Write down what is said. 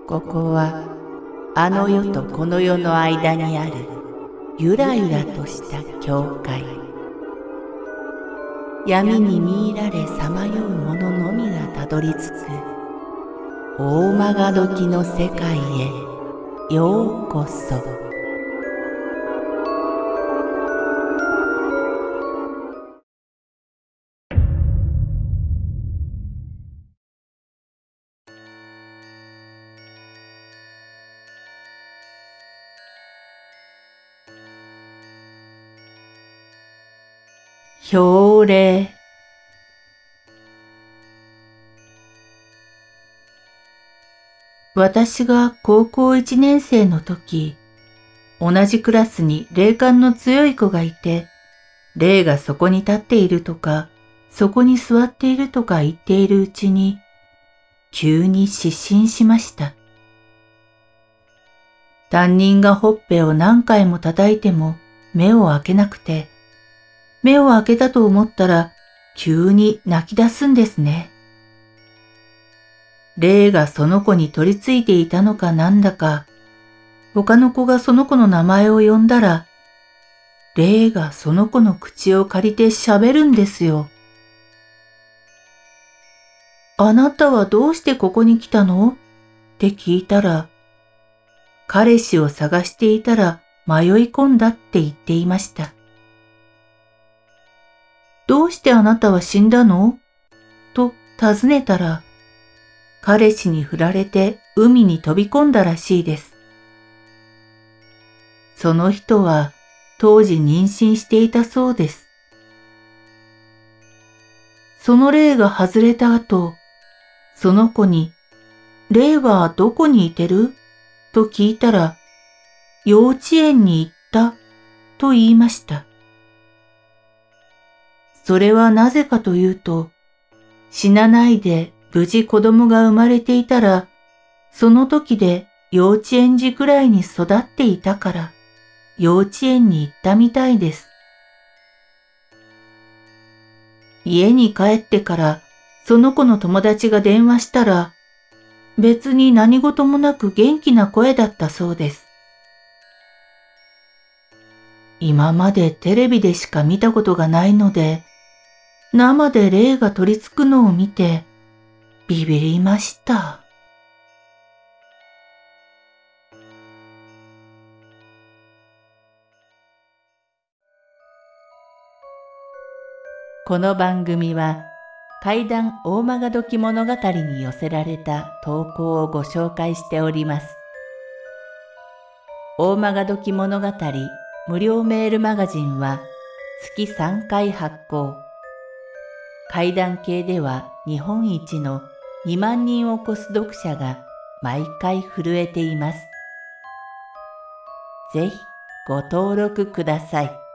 ここはあの世とこの世の間にあるゆらゆらとした境界。闇に見入られさまよう者のみがたどり着く大曲時の世界へようこそ。標礼。私が高校1年生の時、同じクラスに霊感の強い子がいて、霊がそこに立っているとか、そこに座っているとか言っているうちに、急に失神しました。担任がほっぺを何回も叩いても目を開けなくて、目を開けたと思ったら急に泣き出すんですね。霊がその子に取り付いていたのかなんだか、他の子がその子の名前を呼んだら、霊がその子の口を借りて喋るんですよ。あなたはどうしてここに来たのって聞いたら、彼氏を探していたら迷い込んだって言っていました。どうしてあなたは死んだのと尋ねたら、彼氏に振られて海に飛び込んだらしいです。その人は当時妊娠していたそうです。その霊が外れた後、その子に、霊はどこにいてると聞いたら、幼稚園に行ったと言いました。それはなぜかというと、死なないで無事子供が生まれていたら、その時で幼稚園児くらいに育っていたから、幼稚園に行ったみたいです。家に帰ってからその子の友達が電話したら、別に何事もなく元気な声だったそうです。今までテレビでしか見たことがないので、生で霊が取り付くのを見て、ビビりました。この番組は怪談大曲時物語に寄せられた投稿をご紹介しております。大曲時物語無料メールマガジンは月3回発行。怪談系では日本一の2万人を超す読者が毎回震えています。ぜひご登録ください。